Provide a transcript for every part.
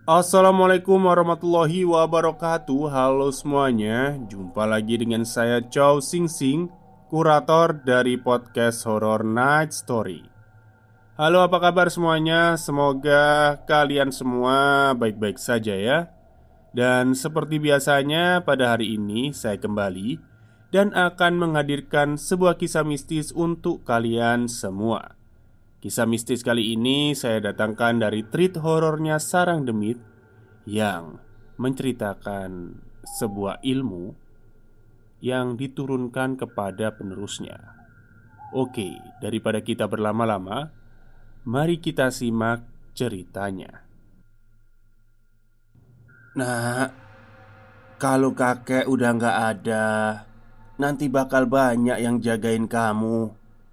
Assalamualaikum warahmatullahi wabarakatuh. Halo semuanya, jumpa lagi dengan saya Chow Sing Sing, kurator dari podcast Horror Night Story. Halo, apa kabar semuanya? Semoga kalian semua baik-baik saja ya. Dan seperti biasanya pada hari ini saya kembali dan akan menghadirkan sebuah kisah mistis untuk kalian semua. Kisah mistis kali ini saya datangkan dari treat horornya Sarang Demit yang menceritakan sebuah ilmu yang diturunkan kepada penerusnya. Oke, daripada kita berlama-lama, mari kita simak ceritanya. Nah, kalau kakek udah nggak ada, nanti bakal banyak yang jagain kamu.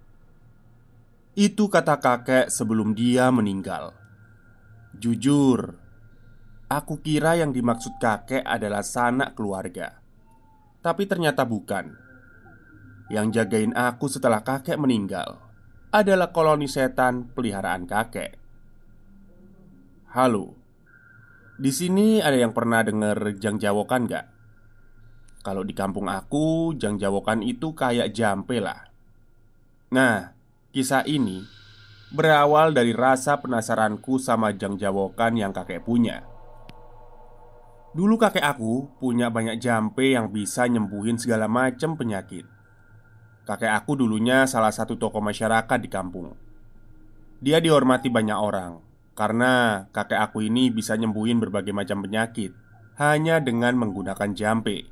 Itu kata kakek sebelum dia meninggal. Jujur, aku kira yang dimaksud kakek adalah sanak keluarga. Tapi ternyata bukan. Yang jagain aku setelah kakek meninggal adalah koloni setan peliharaan kakek. Halo, di sini ada yang pernah denger Jang Jawokan gak? Kalau di kampung aku, Jang Jawokan itu kayak jampe lah. Nah, kisah ini berawal dari rasa penasaranku sama Jang Jawokan yang kakek punya. Dulu kakek aku punya banyak jampe yang bisa nyembuhin segala macam penyakit. Kakek aku dulunya salah satu tokoh masyarakat di kampung. Dia dihormati banyak orang karena kakek aku ini bisa nyembuhin berbagai macam penyakit hanya dengan menggunakan jampe.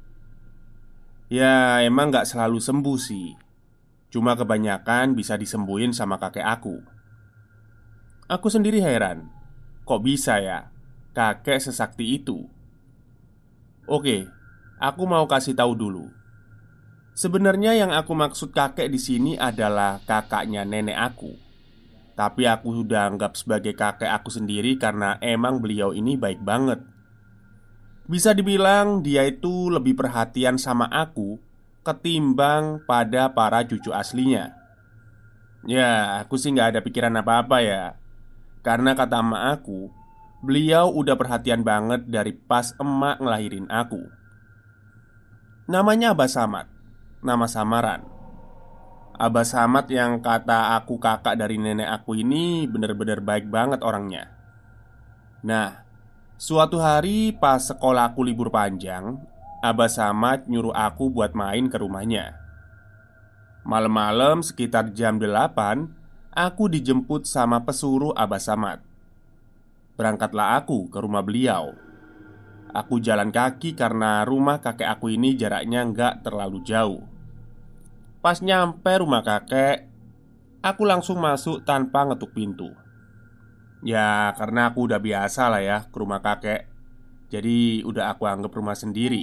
Ya, emang gak selalu sembuh sih. Cuma kebanyakan bisa disembuhin sama kakek aku. Aku sendiri heran, kok bisa ya kakek sesakti itu? Oke, aku mau kasih tahu dulu. Sebenarnya yang aku maksud kakek di sini adalah kakaknya nenek aku. Tapi aku sudah anggap sebagai kakek aku sendiri karena emang beliau ini baik banget. Bisa dibilang dia itu lebih perhatian sama aku ketimbang pada para cucu aslinya. Ya, aku sih nggak ada pikiran apa-apa ya. Karena kata emak aku, beliau udah perhatian banget dari pas emak ngelahirin aku. Namanya Abah Samad, nama samaran. Abah Samad yang kata aku kakak dari nenek aku ini bener-bener baik banget orangnya. Nah, suatu hari pas sekolah aku libur panjang, Abah Samad nyuruh aku buat main ke rumahnya. Malam-malam sekitar jam 8, aku dijemput sama pesuruh Abah Samad. Berangkatlah aku ke rumah beliau. Aku jalan kaki karena rumah kakek aku ini jaraknya nggak terlalu jauh. Pas nyampe rumah kakek, aku langsung masuk tanpa ngetuk pintu. Ya, karena aku udah biasa lah ya ke rumah kakek. Jadi udah aku anggap rumah sendiri.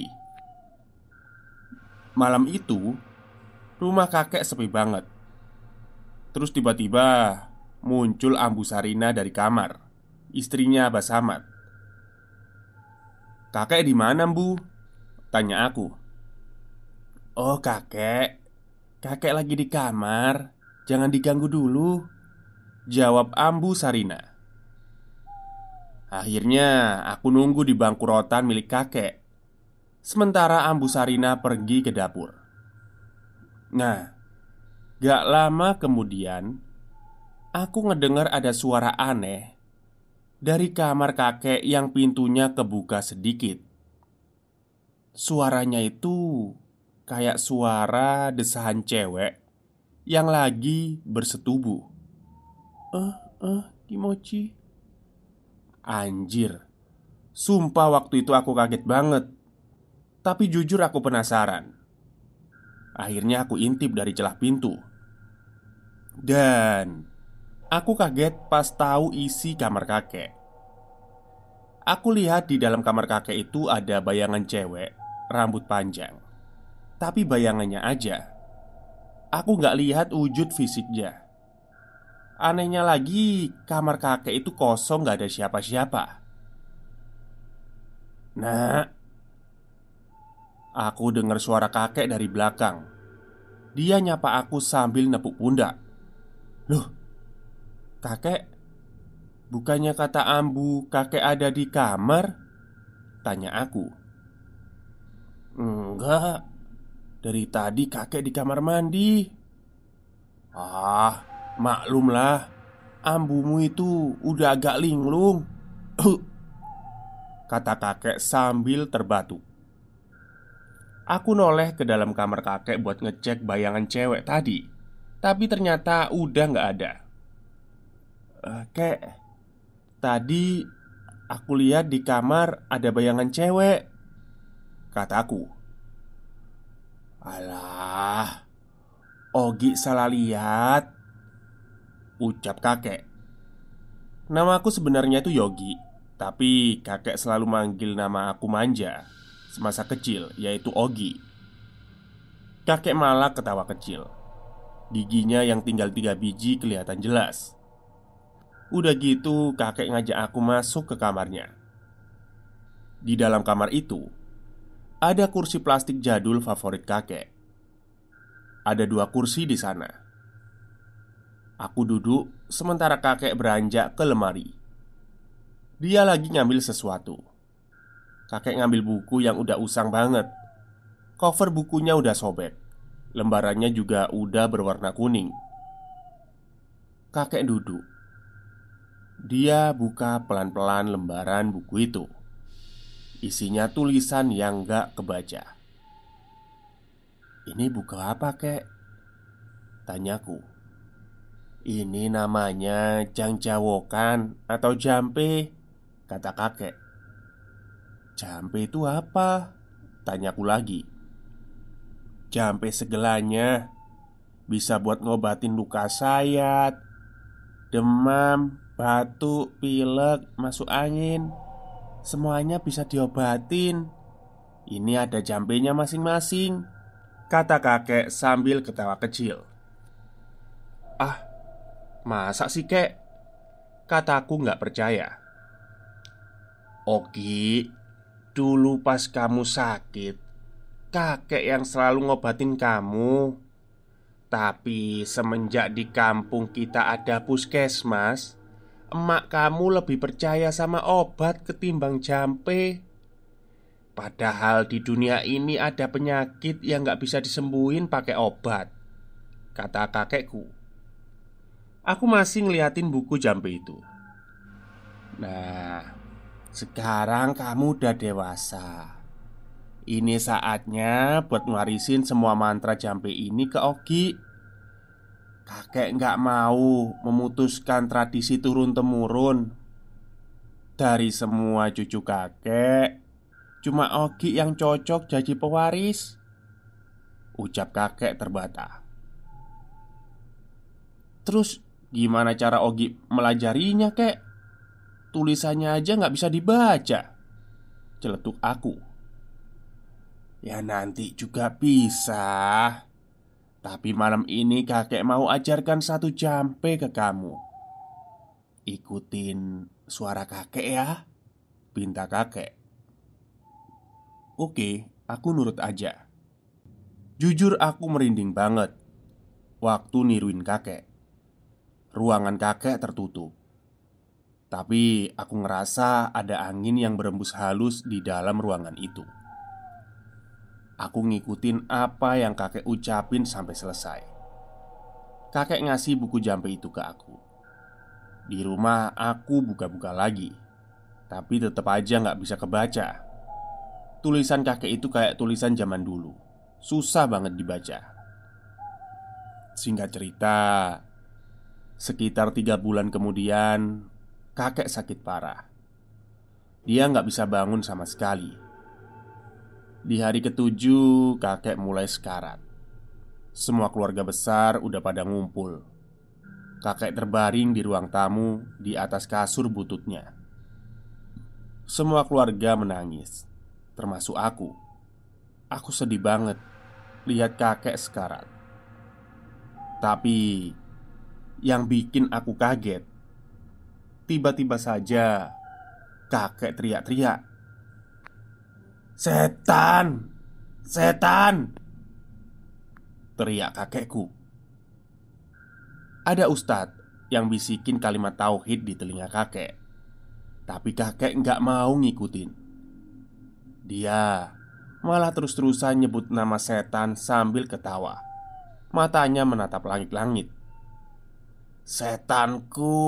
Malam itu, rumah kakek sepi banget. Terus tiba-tiba muncul Ambu Sarina dari kamar, istrinya Abah Samad. "Kakek di mana, Bu?" tanya aku. "Oh, kakek. Kakek lagi di kamar. Jangan diganggu dulu," jawab Ambu Sarina. Akhirnya aku nunggu di bangku rotan milik kakek, sementara Ambu Sarina pergi ke dapur. Nah, gak lama kemudian aku ngedengar ada suara aneh dari kamar kakek yang pintunya kebuka sedikit. Suaranya itu kayak suara desahan cewek yang lagi bersetubuh. Kimochi. Anjir. Sumpah waktu itu aku kaget banget. Tapi jujur aku penasaran. Akhirnya aku intip dari celah pintu. Dan aku kaget pas tahu isi kamar kakek. Aku lihat di dalam kamar kakek itu ada bayangan cewek, rambut panjang. Tapi bayangannya aja. Aku nggak lihat wujud fisiknya. Anehnya lagi, kamar kakek itu kosong, nggak ada siapa-siapa. Nah, aku dengar suara kakek dari belakang. Dia nyapa aku sambil nepuk pundak. "Loh, kakek, Bukannya kata Ambu kakek ada di kamar? Tanya aku. Enggak, dari tadi kakek di kamar mandi. Ah, maklumlah, ambumu itu udah agak linglung. Kata kakek sambil terbatuk. Aku noleh ke dalam kamar kakek buat ngecek bayangan cewek tadi. Tapi ternyata udah gak ada. Kek, tadi aku lihat di kamar ada bayangan cewek, kataku. Alah, Ogi salah lihat, ucap kakek. Nama aku sebenarnya itu Yogi, tapi kakek selalu manggil nama aku manja semasa kecil, yaitu Ogi. Kakek malah ketawa kecil. Giginya yang tinggal 3 biji kelihatan jelas. Udah gitu kakek ngajak aku masuk ke kamarnya. Di dalam kamar itu ada kursi plastik jadul favorit kakek. Ada 2 kursi di sana. Aku duduk sementara kakek beranjak ke lemari. Dia lagi ngambil sesuatu. Kakek ngambil buku yang udah usang banget. Cover bukunya udah sobek. Lembarannya juga udah berwarna kuning. Kakek duduk. Dia buka pelan-pelan lembaran buku itu. Isinya tulisan yang gak kebaca. Ini buku apa, kek? Tanyaku. Ini namanya Jangjawokan atau Jampe, kata kakek. Jampe itu apa? Tanyaku lagi. Jampe segelanya. Bisa buat ngobatin luka sayat, demam, batuk, pilek, masuk angin. Semuanya bisa diobatin. Ini ada jampenya masing-masing, kata kakek sambil ketawa kecil. Ah, masa sih kek? Kataku gak percaya. Ogi, dulu pas kamu sakit, kakek yang selalu ngobatin kamu. Tapi semenjak di kampung kita ada puskesmas, emak kamu lebih percaya sama obat ketimbang jampe. Padahal di dunia ini ada penyakit yang gak bisa disembuhin pakai obat, kata kakekku. Aku masih ngeliatin buku jampe itu. Nah, sekarang kamu udah dewasa. Ini saatnya buat ngarisin semua mantra jampe ini ke Ogi. Kakek gak mau memutuskan tradisi turun-temurun. Dari semua cucu kakek, cuma Ogi yang cocok jadi pewaris, ucap kakek terbata. Terus gimana cara Ogi melajarinya, kek? Tulisannya aja gak bisa dibaca, celetuk aku. Ya nanti juga bisa. Tapi malam ini kakek mau ajarkan satu jampe ke kamu. Ikutin suara kakek ya, pinta kakek. Oke, aku nurut aja. Jujur aku merinding banget waktu niruin kakek. Ruangan kakek tertutup. Tapi aku ngerasa ada angin yang berembus halus di dalam ruangan itu. Aku ngikutin apa yang kakek ucapin sampai selesai. Kakek ngasih buku jampe itu ke aku. Di rumah aku buka-buka lagi, tapi tetap aja gak bisa kebaca. Tulisan kakek itu kayak tulisan zaman dulu, susah banget dibaca. Singkat cerita, sekitar 3 bulan kemudian kakek sakit parah. Dia gak bisa bangun sama sekali. Di hari ke-7 kakek mulai sekarat. Semua keluarga besar udah pada ngumpul. Kakek terbaring di ruang tamu di atas kasur bututnya. Semua keluarga menangis, termasuk aku. Aku sedih banget lihat kakek sekarat. Tapi yang bikin aku kaget, tiba-tiba saja kakek teriak-teriak, "Setan! Setan!" teriak kakekku. Ada ustadz yang bisikin kalimat tauhid di telinga kakek. Tapi kakek nggak mau ngikutin. Dia malah terus-terusan nyebut nama setan sambil ketawa. Matanya menatap langit-langit. "Setanku,"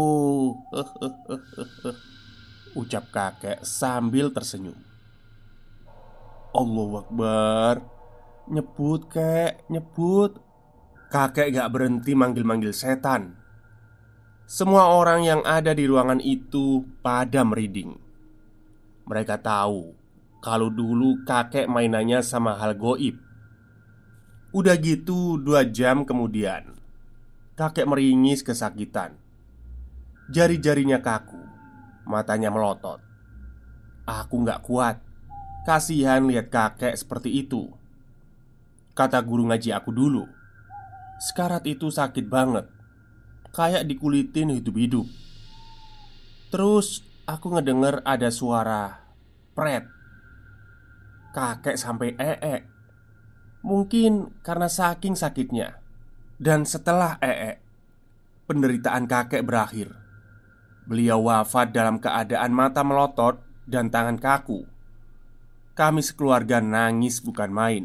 ucap kakek sambil tersenyum. Allahu Akbar. Nyebut kek, nyebut. Kakek gak berhenti manggil-manggil setan. Semua orang yang ada di ruangan itu pada merinding. Mereka tahu kalau dulu kakek mainannya sama hal goib. Udah gitu 2 jam kemudian kakek meringis kesakitan. Jari-jarinya kaku, matanya melotot. Aku gak kuat. Kasihan lihat kakek seperti itu. Kata guru ngaji aku dulu, sekarat itu sakit banget, kayak dikulitin hidup-hidup. Terus aku ngedenger ada suara pret. Kakek sampai mungkin karena saking sakitnya. Dan setelah penderitaan kakek berakhir. Beliau wafat dalam keadaan mata melotot dan tangan kaku. Kami sekeluarga nangis bukan main.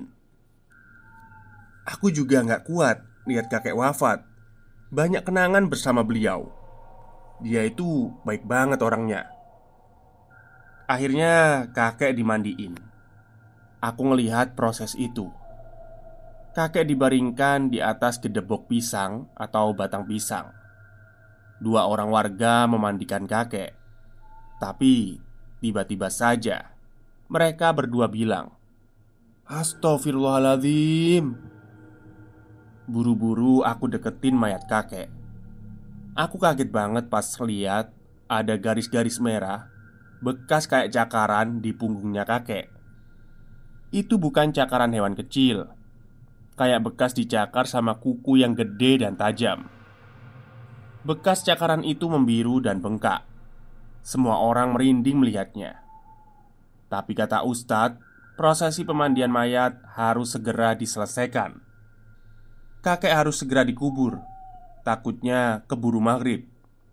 Aku juga gak kuat lihat kakek wafat. Banyak kenangan bersama beliau. Dia itu baik banget orangnya. Akhirnya kakek dimandiin. Aku ngelihat proses itu. Kakek dibaringkan di atas gedebok pisang atau batang pisang. 2 orang warga memandikan kakek. Tapi tiba-tiba saja mereka berdua bilang, "Astaghfirullahaladzim." Buru-buru aku deketin mayat kakek. Aku kaget banget pas lihat ada garis-garis merah bekas kayak cakaran di punggungnya kakek. Itu bukan cakaran hewan kecil, kayak bekas dicakar sama kuku yang gede dan tajam. Bekas cakaran itu membiru dan bengkak. Semua orang merinding melihatnya. Tapi kata Ustadz, prosesi pemandian mayat harus segera diselesaikan. Kakek harus segera dikubur. Takutnya keburu maghrib.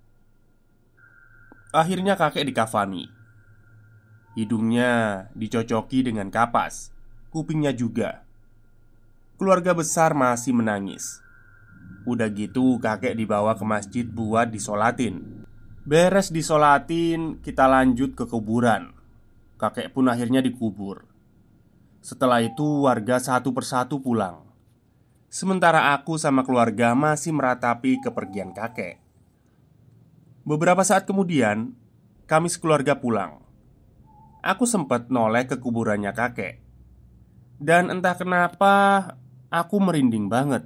Akhirnya kakek dikafani. Hidungnya dicocoki dengan kapas, kupingnya juga. Keluarga besar masih menangis. Udah gitu kakek dibawa ke masjid buat disolatin. Beres disolatin, kita lanjut ke kuburan. Kakek pun akhirnya dikubur. Setelah itu warga satu persatu pulang. Sementara aku sama keluarga masih meratapi kepergian kakek. Beberapa saat kemudian, kami sekeluarga pulang. Aku sempat noleh ke kuburannya kakek. Dan entah kenapa, aku merinding banget.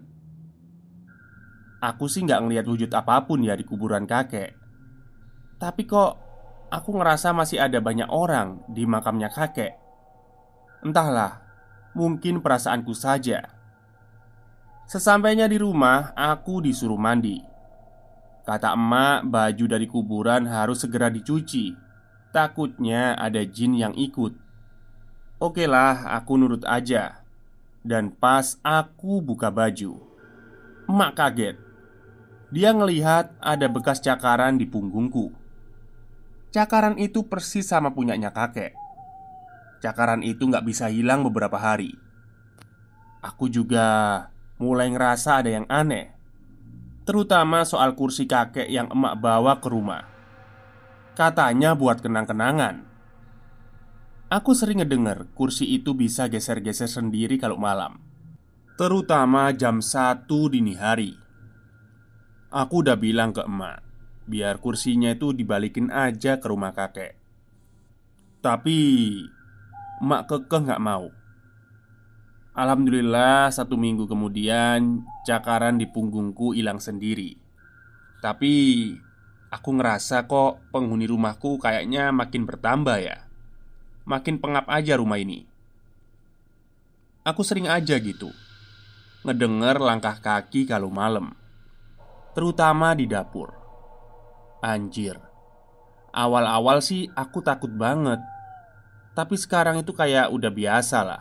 Aku sih nggak ngeliat wujud apapun ya di kuburan kakek. Tapi kok aku ngerasa masih ada banyak orang di makamnya kakek. Entahlah, mungkin perasaanku saja. Sesampainya di rumah, aku disuruh mandi. Kata emak, baju dari kuburan harus segera dicuci. Takutnya ada jin yang ikut. Oke lah, aku nurut aja. Dan pas aku buka baju, emak kaget. Dia ngelihat ada bekas cakaran di punggungku. Cakaran itu persis sama punyanya kakek. Cakaran itu gak bisa hilang beberapa hari. Aku juga mulai ngerasa ada yang aneh, terutama soal kursi kakek yang emak bawa ke rumah. Katanya buat kenang-kenangan. Aku sering ngedenger kursi itu bisa geser-geser sendiri kalau malam, terutama jam 1 dini hari. Aku udah bilang ke emak, biar kursinya itu dibalikin aja ke rumah kakek. Tapi emak kekeh gak mau. Alhamdulillah 1 minggu kemudian cakaran di punggungku hilang sendiri. Tapi aku ngerasa kok penghuni rumahku kayaknya makin bertambah ya. Makin pengap aja rumah ini. Aku sering aja gitu ngedenger langkah kaki kalau malam, terutama di dapur. Anjir, awal-awal sih aku takut banget. Tapi sekarang itu kayak udah biasa lah.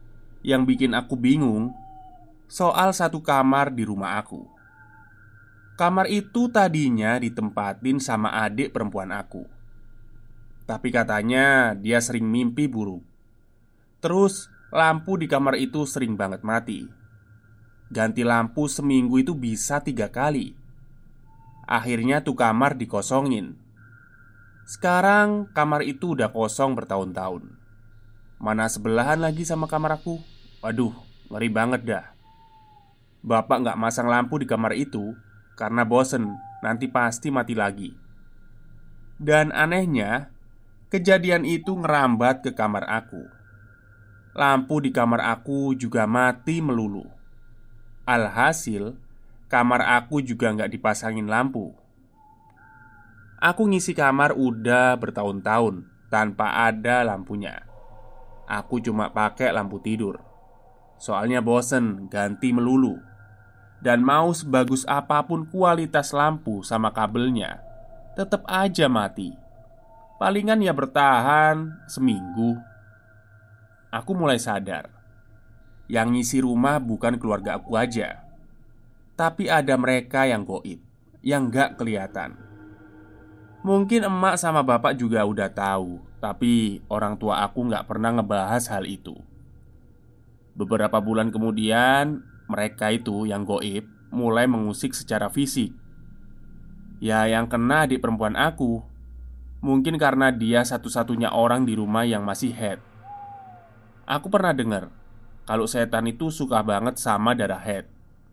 Yang bikin aku bingung soal satu kamar di rumah aku. Kamar itu tadinya ditempatin sama adik perempuan aku. Tapi katanya dia sering mimpi buruk. Terus lampu di kamar itu sering banget mati. Ganti lampu seminggu itu bisa 3 kali. Akhirnya tuh kamar dikosongin. Sekarang kamar itu udah kosong bertahun-tahun. Mana sebelahan lagi sama kamar aku. Waduh, ngeri banget dah. Bapak nggak masang lampu di kamar itu karena bosen, nanti pasti mati lagi. Dan anehnya, kejadian itu ngerambat ke kamar aku. Lampu di kamar aku juga mati melulu. Alhasil, kamar aku juga nggak dipasangin lampu. Aku ngisi kamar udah bertahun-tahun tanpa ada lampunya. Aku cuma pakai lampu tidur. Soalnya bosen ganti melulu. Dan mau sebagus apapun kualitas lampu sama kabelnya, tetap aja mati. Palingan ya bertahan seminggu. Aku mulai sadar, yang ngisi rumah bukan keluarga aku aja, tapi ada mereka yang goib, yang gak kelihatan. Mungkin emak sama bapak juga udah tahu, tapi orang tua aku gak pernah ngebahas hal itu. Beberapa bulan kemudian, mereka itu yang goib mulai mengusik secara fisik. Ya yang kena adik perempuan aku. Mungkin karena dia satu-satunya orang di rumah yang masih head. Aku pernah dengar kalau setan itu suka banget sama darah head.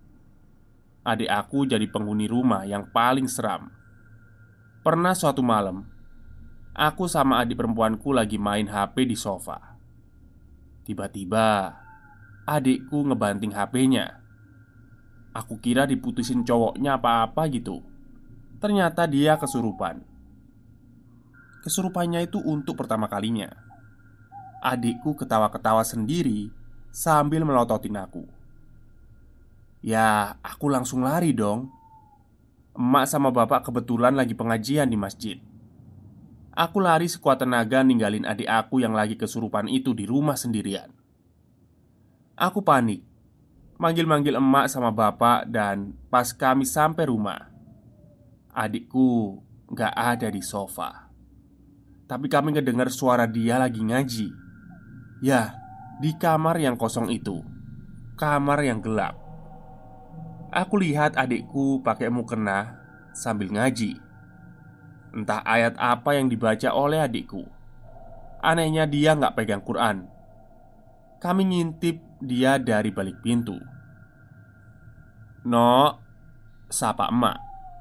Adik aku jadi penghuni rumah yang paling seram. Pernah suatu malam, aku sama adik perempuanku lagi main HP di sofa. Tiba-tiba adikku ngebanting HP-nya. Aku kira diputusin cowoknya apa-apa gitu. Ternyata dia kesurupan. Kesurupannya itu untuk pertama kalinya. Adikku ketawa-ketawa sendiri sambil melototin aku. Ya, aku langsung lari dong. Emak sama bapak kebetulan lagi pengajian di masjid. Aku lari sekuat tenaga ninggalin adik aku yang lagi kesurupan itu di rumah sendirian. Aku panik, manggil-manggil emak sama bapak, dan pas kami sampai rumah, adikku gak ada di sofa. Tapi kami ngedengar suara dia lagi ngaji. Ya, di kamar yang kosong itu, kamar yang gelap. Aku lihat adikku pakai mukena sambil ngaji. Entah ayat apa yang dibaca oleh adikku. Anehnya dia gak pegang Quran. Kami ngintip dia dari balik pintu. "Nok," sapa emak.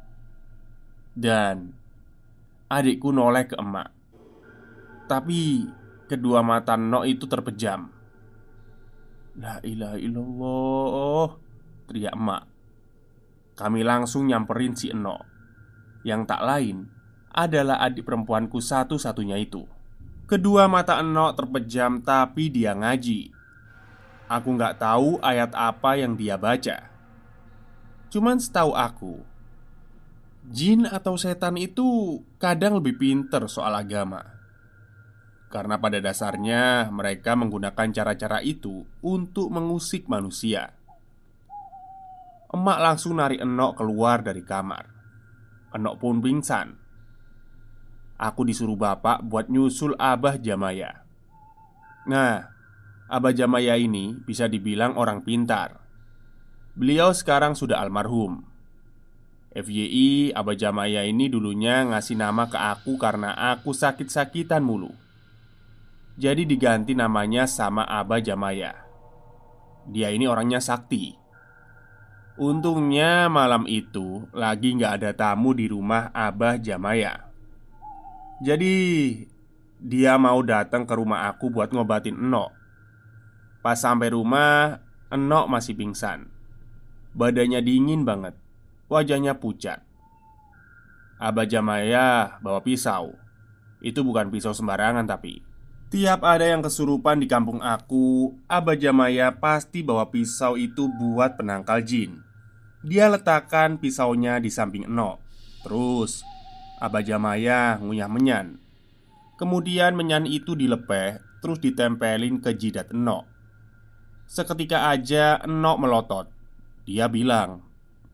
Dan adikku noleh ke emak. Tapi kedua mata Nok itu terpejam. "La ilaha illallah," teriak emak. Kami langsung nyamperin si Nok, yang tak lain adalah adik perempuanku satu-satunya itu. Kedua mata Enok terpejam tapi dia ngaji. Aku nggak tahu ayat apa yang dia baca. Cuman setahu aku, jin atau setan itu kadang lebih pinter soal agama. Karena pada dasarnya mereka menggunakan cara-cara itu untuk mengusik manusia. Emak langsung narik Enok keluar dari kamar. Enok pun pingsan. Aku disuruh bapak buat nyusul Abah Jamaya. Nah, Abah Jamaya ini bisa dibilang orang pintar. Beliau sekarang sudah almarhum. FYI, Abah Jamaya ini dulunya ngasih nama ke aku karena aku sakit-sakitan mulu. Jadi diganti namanya sama Abah Jamaya. Dia ini orangnya sakti. Untungnya malam itu lagi gak ada tamu di rumah Abah Jamaya. Jadi dia mau datang ke rumah aku buat ngobatin Enok. Pas sampai rumah, Enok masih pingsan. Badannya dingin banget, wajahnya pucat. Abah Jamaya bawa pisau. Itu bukan pisau sembarangan tapi tiap ada yang kesurupan di kampung aku, Abah Jamaya pasti bawa pisau itu buat penangkal jin. Dia letakkan pisaunya di samping Enok. Terus Abah Jamaya ngunyah menyan. Kemudian menyan itu dilepeh, terus ditempelin ke jidat Enok. Seketika aja Enok melotot. Dia bilang,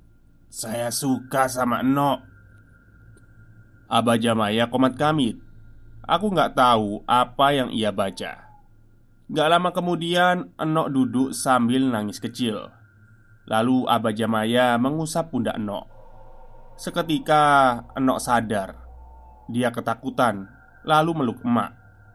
Saya suka sama Eno." Abah Jamaya komat kamit. Aku nggak tahu apa yang ia baca. Gak lama kemudian Eno duduk sambil nangis kecil. Lalu Abah Jamaya mengusap pundak Eno. Seketika Eno sadar. Dia ketakutan, lalu meluk emak.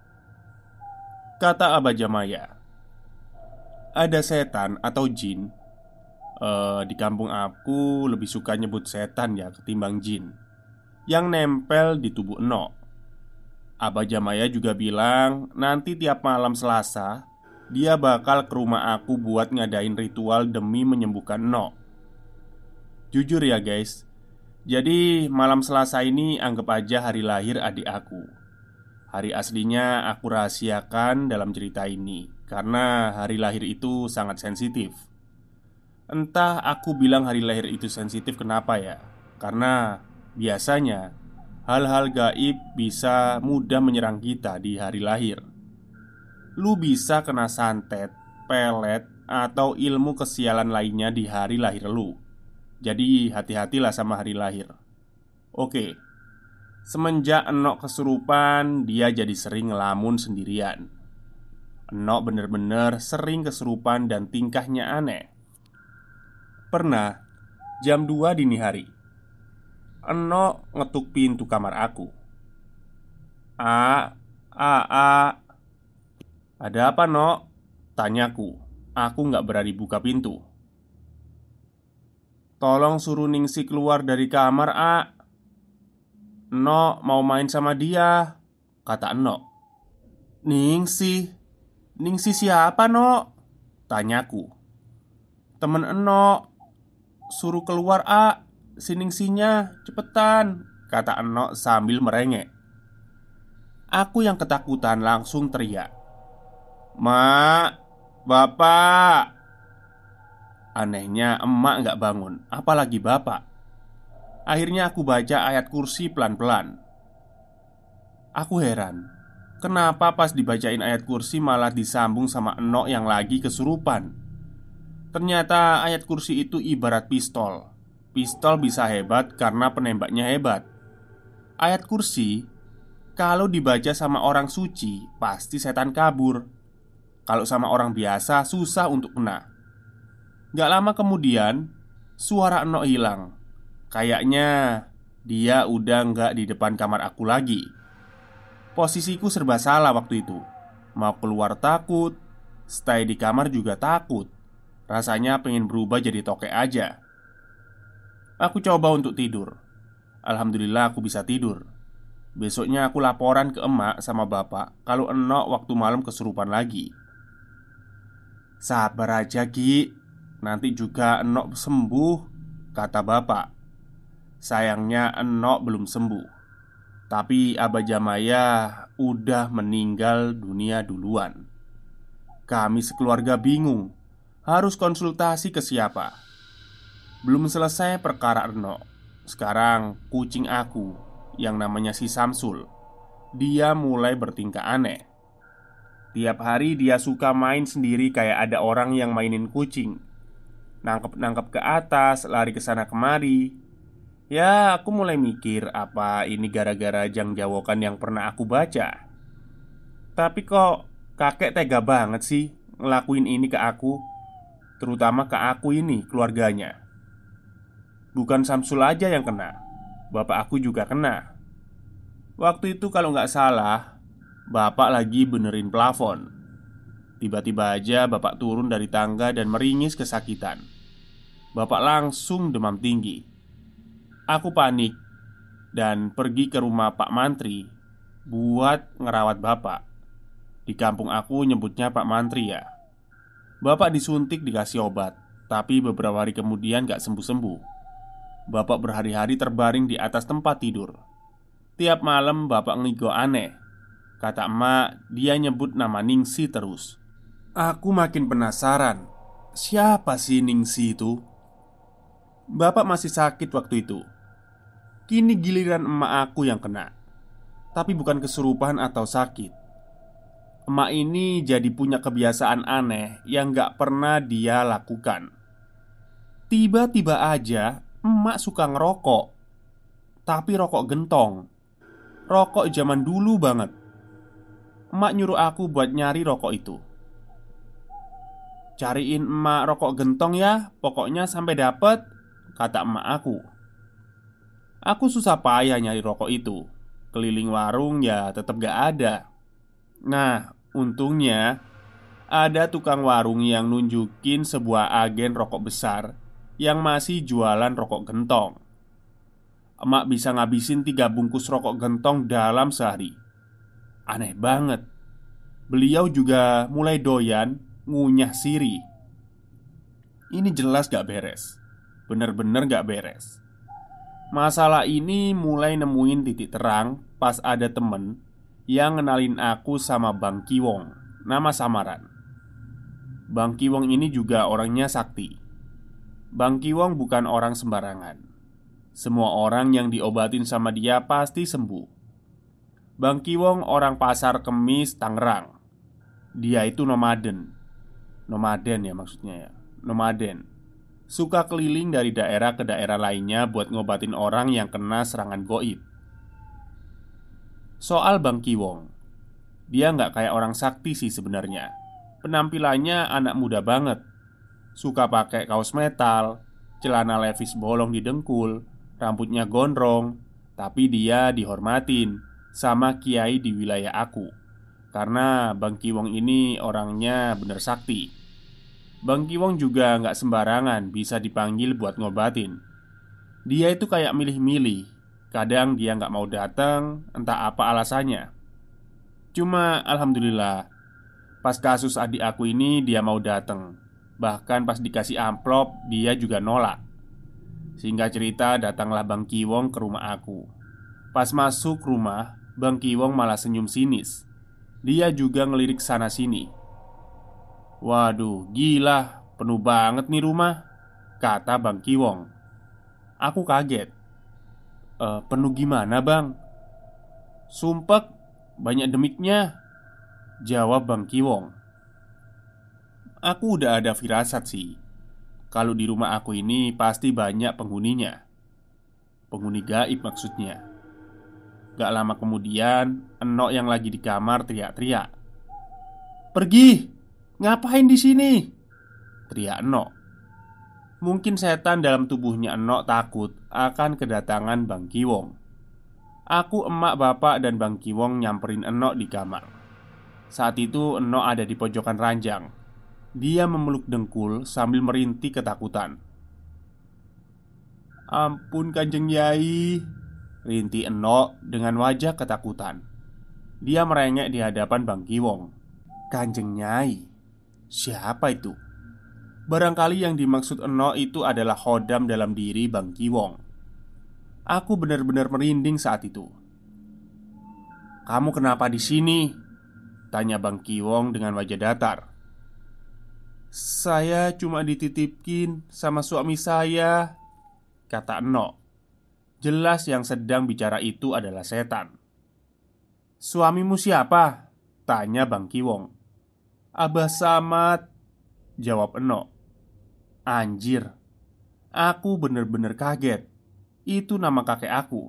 Kata Abah Jamaya, "Ada setan atau jin." Di kampung aku lebih suka nyebut setan ya ketimbang jin yang nempel di tubuh Eno. Abah Jamaya juga bilang nanti tiap malam Selasa dia bakal ke rumah aku buat ngadain ritual demi menyembuhkan Eno. Jujur ya guys, jadi malam Selasa ini anggap aja hari lahir adik aku. Hari aslinya aku rahasiakan dalam cerita ini karena hari lahir itu sangat sensitif. Entah aku bilang hari lahir itu sensitif kenapa ya. Karena biasanya hal-hal gaib bisa mudah menyerang kita di hari lahir. Lu bisa kena santet, pelet, atau ilmu kesialan lainnya di hari lahir lu. Jadi hati-hatilah sama hari lahir. Oke, semenjak Enok kesurupan, dia jadi sering ngelamun sendirian. Enok bener-bener sering kesurupan dan tingkahnya aneh. Pernah, jam 2 dini hari, Enok ngetuk pintu kamar aku. "A, a, ada apa, Nok?" tanyaku. Aku nggak berani buka pintu. "Tolong suruh Ningsi keluar dari kamar, A. Nok mau main sama dia," kata Enok. "Ningsi? Ningsi siapa, Nok?" tanyaku. "Temen Enok. Suruh keluar, A. Si Ningsinya, cepetan," kata Enok sambil merengek. Aku yang ketakutan langsung teriak, "Mak, Bapak." Anehnya emak gak bangun, apalagi bapak. Akhirnya aku baca ayat kursi pelan-pelan. Aku heran, kenapa pas dibacain ayat kursi malah disambung sama Enok yang lagi kesurupan. Ternyata ayat kursi itu ibarat pistol. Pistol bisa hebat karena penembaknya hebat. Ayat kursi kalau dibaca sama orang suci pasti setan kabur. Kalau sama orang biasa susah untuk kena. Gak lama kemudian suara Enok hilang. Kayaknya dia udah gak di depan kamar aku lagi. Posisiku serba salah waktu itu. Mau keluar takut, stay di kamar juga takut. Rasanya pengen berubah jadi tokek aja. Aku coba untuk tidur. Alhamdulillah aku bisa tidur. Besoknya aku laporan ke emak sama bapak kalau Enok waktu malam kesurupan lagi. "Sabar aja, Ki. Nanti juga Enok sembuh," kata bapak. Sayangnya Enok belum sembuh. Tapi Abah Jamaya udah meninggal dunia duluan. Kami sekeluarga bingung harus konsultasi ke siapa. Belum selesai perkara Enok. Sekarang kucing aku yang namanya si Samsul, dia mulai bertingkah aneh. Tiap hari dia suka main sendiri kayak ada orang yang mainin kucing. Nangkep-nangkep ke atas, lari ke sana kemari. Ya, aku mulai mikir apa ini gara-gara jangjawokan yang pernah aku baca. Tapi kok kakek tega banget sih ngelakuin ini ke aku. Terutama ke aku ini, keluarganya. Bukan Samsul aja yang kena, bapak aku juga kena. Waktu itu kalau nggak salah, bapak lagi benerin plafon. Tiba-tiba aja bapak turun dari tangga dan meringis kesakitan. Bapak langsung demam tinggi. Aku panik dan pergi ke rumah Pak Mantri buat ngerawat bapak. Di kampung aku nyebutnya Pak Mantri ya. Bapak disuntik dikasih obat, tapi beberapa hari kemudian gak sembuh-sembuh. Bapak berhari-hari terbaring di atas tempat tidur. Tiap malam bapak ngigo aneh. Kata emak, dia nyebut nama Ningsi terus. Aku makin penasaran, siapa sih Ningsi itu? Bapak masih sakit waktu itu. Kini giliran emak aku yang kena. Tapi bukan kesurupan atau sakit. Emak ini jadi punya kebiasaan aneh yang gak pernah dia lakukan. Tiba-tiba aja emak suka ngerokok, tapi rokok gentong. Rokok zaman dulu banget. Emak nyuruh aku buat nyari rokok itu. "Cariin emak rokok gentong ya, pokoknya sampai dapet," kata emak aku. Aku susah payah nyari rokok itu. Keliling warung ya tetap gak ada. Nah, untungnya ada tukang warung yang nunjukin sebuah agen rokok besar yang masih jualan rokok gentong. Emak bisa ngabisin 3 bungkus rokok gentong dalam sehari. Aneh banget. Beliau juga mulai doyan ngunyah siri. Ini jelas gak beres. Bener-bener gak beres. Masalah ini mulai nemuin titik terang pas ada temen yang ngenalin aku sama Bang Kiwong, nama samaran. Bang Kiwong ini juga orangnya sakti. Bang Kiwong bukan orang sembarangan. Semua orang yang diobatin sama dia pasti sembuh. Bang Kiwong orang Pasar Kemis, Tangerang. Dia itu nomaden. Nomaden ya maksudnya ya. Nomaden. Suka keliling dari daerah ke daerah lainnya buat ngobatin orang yang kena serangan goib. Soal Bang Kiwong, dia nggak kayak orang sakti sih sebenarnya. Penampilannya anak muda banget. Suka pakai kaos metal, celana levis bolong di dengkul, rambutnya gondrong. Tapi dia dihormatin sama kiai di wilayah aku. Karena Bang Kiwong ini orangnya bener sakti. Bang Kiwong juga nggak sembarangan bisa dipanggil buat ngobatin. Dia itu kayak milih-milih. Kadang dia nggak mau datang, entah apa alasannya. Cuma alhamdulillah, pas kasus adik aku ini dia mau datang. Bahkan pas dikasih amplop dia juga nolak. Singkat cerita datanglah Bang Kiwong ke rumah aku. Pas masuk rumah, Bang Kiwong malah senyum sinis. Dia juga ngelirik sana sini. "Waduh, gila, penuh banget nih rumah," kata Bang Kiwong. Aku kaget. Penuh gimana bang?" "Sumpek, banyak demiknya," jawab Bang Kiwong. Aku udah ada firasat sih. Kalau di rumah aku ini pasti banyak penghuninya. Penghuni gaib maksudnya. Gak lama kemudian, Enok yang lagi di kamar teriak-teriak. "Pergi! Ngapain di sini?" teriak Enok. Mungkin setan dalam tubuhnya Enok takut akan kedatangan Bang Kiwong. Aku, emak, bapak, dan Bang Kiwong nyamperin Enok di kamar. Saat itu Enok ada di pojokan ranjang. Dia memeluk dengkul sambil merintih ketakutan. "Ampun Kanjeng Yai," rintih Enok dengan wajah ketakutan. Dia merengek di hadapan Bang Kiwong. "Kanjeng Nyai? Siapa itu?" Barangkali yang dimaksud Enok itu adalah khodam dalam diri Bang Kiwong. Aku benar-benar merinding saat itu. "Kamu kenapa di sini?" tanya Bang Kiwong dengan wajah datar. "Saya cuma dititipin sama suami saya," kata Enok. Jelas yang sedang bicara itu adalah setan. "Suamimu siapa?" tanya Bang Kiwong. "Abah Samad," jawab Enok. Anjir, aku bener-bener kaget. Itu nama kakek aku.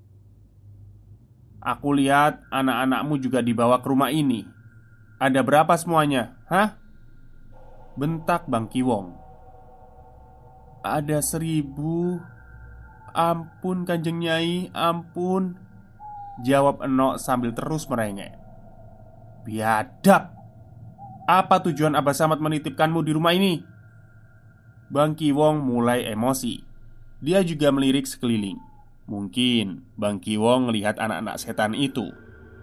"Aku lihat anak-anakmu juga dibawa ke rumah ini. Ada berapa semuanya? Hah?" bentak Bang Kiwong. "Ada 1.000. Ampun Kanjeng Nyai, ampun," jawab Enok sambil terus merengek. "Biadab! Apa tujuan Abah Samad menitipkanmu di rumah ini?" Bang Kiwong mulai emosi. Dia juga melirik sekeliling. Mungkin Bang Kiwong melihat anak-anak setan itu.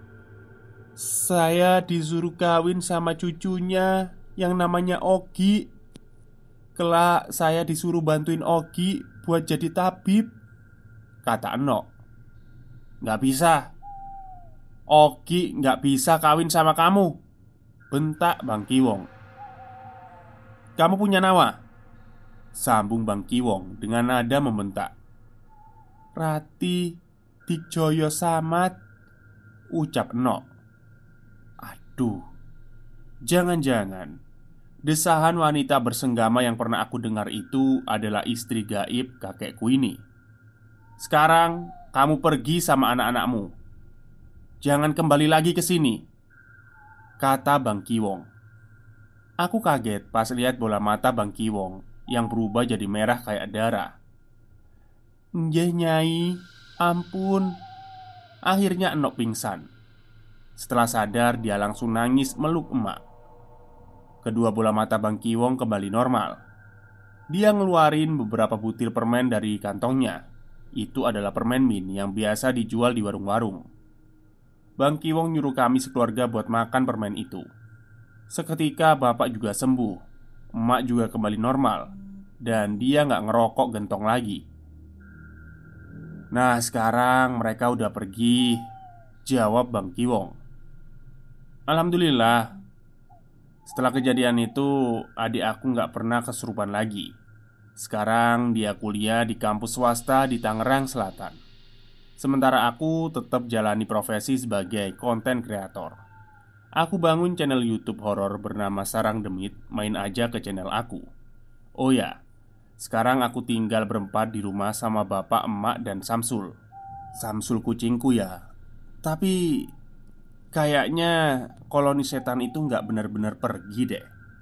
"Saya disuruh kawin sama cucunya yang namanya Ogi. Kelak saya disuruh bantuin Ogi buat jadi tabib," kata Enok. "Nggak bisa. Ogi nggak bisa kawin sama kamu," bentak Bang Kiwong. "Kamu punya nama?" sambung Bang Kiwong dengan nada membentak. "Rati Dikjoyo Samad," ucap Enok. Aduh, jangan-jangan Desahan wanita bersenggama yang pernah aku dengar itu adalah istri gaib kakekku ini. "Sekarang kamu pergi sama anak-anakmu. Jangan kembali lagi ke sini," kata Bang Kiwong. Aku kaget pas lihat bola mata Bang Kiwong yang berubah jadi merah kayak darah. "Nggih Nyai, ampun." Akhirnya Enok pingsan. Setelah sadar dia langsung nangis meluk emak. Kedua bola mata Bang Kiwong kembali normal. Dia ngeluarin beberapa butir permen dari kantongnya. Itu adalah permen min yang biasa dijual di warung-warung. Bang Kiwong nyuruh kami sekeluarga buat makan permen itu. Seketika bapak juga sembuh. Emak juga kembali normal. Dan dia nggak ngerokok gentong lagi. "Nah sekarang mereka udah pergi," jawab Bang Kiwong. "Alhamdulillah. Setelah kejadian itu, adik aku nggak pernah kesurupan lagi. Sekarang dia kuliah di kampus swasta di Tangerang Selatan. Sementara aku tetap jalani profesi sebagai konten kreator. Aku bangun channel YouTube horor bernama Sarang Demit. Main aja ke channel aku. Oh ya, sekarang aku tinggal berempat di rumah sama bapak, emak, dan Samsul. Samsul kucingku ya. Tapi kayaknya koloni setan itu nggak benar-benar pergi deh.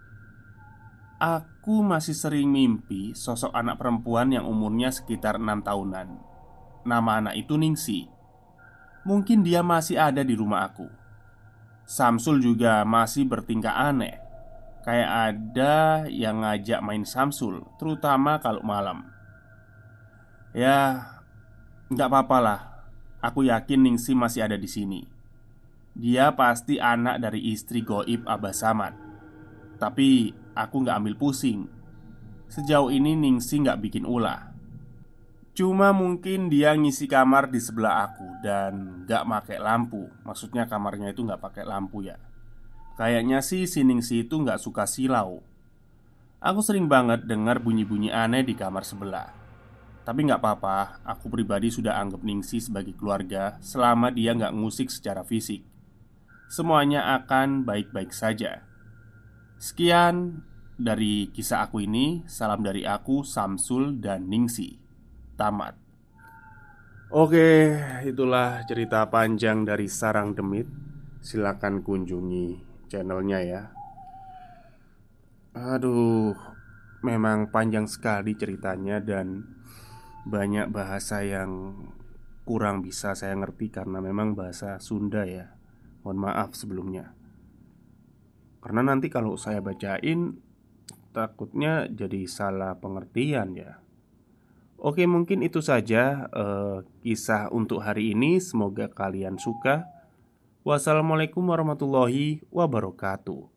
Aku masih sering mimpi sosok anak perempuan yang umurnya sekitar 6 tahunan. Nama anak itu Ningsi. Mungkin dia masih ada di rumah aku. Samsul juga masih bertingkah aneh. Kayak ada yang ngajak main Samsul, terutama kalau malam. Ya, nggak apa-apa lah. Aku yakin Ningsi masih ada di sini. Dia pasti anak dari istri goib Abah Samad. Tapi aku nggak ambil pusing. Sejauh ini Ningsi nggak bikin ulah. Cuma mungkin dia ngisi kamar di sebelah aku dan nggak pakai lampu. Maksudnya kamarnya itu nggak pakai lampu ya. Kayaknya sih si Ningsi itu nggak suka silau. Aku sering banget dengar bunyi-bunyi aneh di kamar sebelah. Tapi nggak apa-apa, aku pribadi sudah anggap Ningsi sebagai keluarga selama dia nggak ngusik secara fisik. Semuanya akan baik-baik saja. Sekian dari kisah aku ini. Salam dari aku, Samsul dan Ningsi. Tamat. Oke, itulah cerita panjang dari Sarang Demit. Silakan kunjungi channelnya ya. Aduh, memang panjang sekali ceritanya dan banyak bahasa yang kurang bisa saya ngerti karena memang bahasa Sunda ya. Mohon maaf sebelumnya. Karena nanti kalau saya bacain takutnya jadi salah pengertian ya. Oke, mungkin itu saja kisah untuk hari ini. Semoga kalian suka. Wassalamualaikum warahmatullahi wabarakatuh.